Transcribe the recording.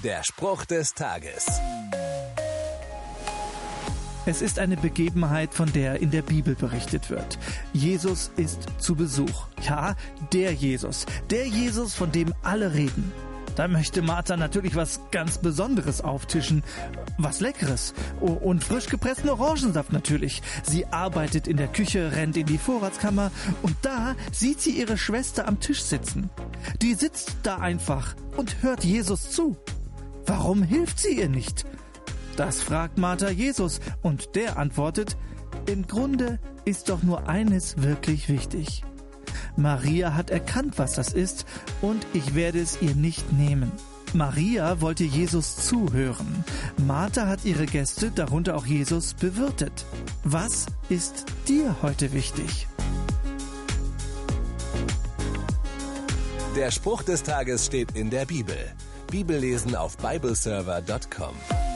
Der Spruch des Tages. Es ist eine Begebenheit, von der in der Bibel berichtet wird. Jesus ist zu Besuch. Ja, der Jesus, von dem alle reden. Da möchte Martha natürlich was ganz Besonderes auftischen. Was Leckeres. Und frisch gepressten Orangensaft natürlich. Sie arbeitet in der Küche, rennt in die Vorratskammer und da sieht sie ihre Schwester am Tisch sitzen. Die sitzt da einfach und hört Jesus zu. Warum hilft sie ihr nicht? Das fragt Martha Jesus und der antwortet: Im Grunde ist doch nur eines wirklich wichtig. Maria hat erkannt, was das ist, und ich werde es ihr nicht nehmen. Maria wollte Jesus zuhören. Martha hat ihre Gäste, darunter auch Jesus, bewirtet. Was ist dir heute wichtig? Der Spruch des Tages steht in der Bibel. Bibellesen auf bibleserver.com.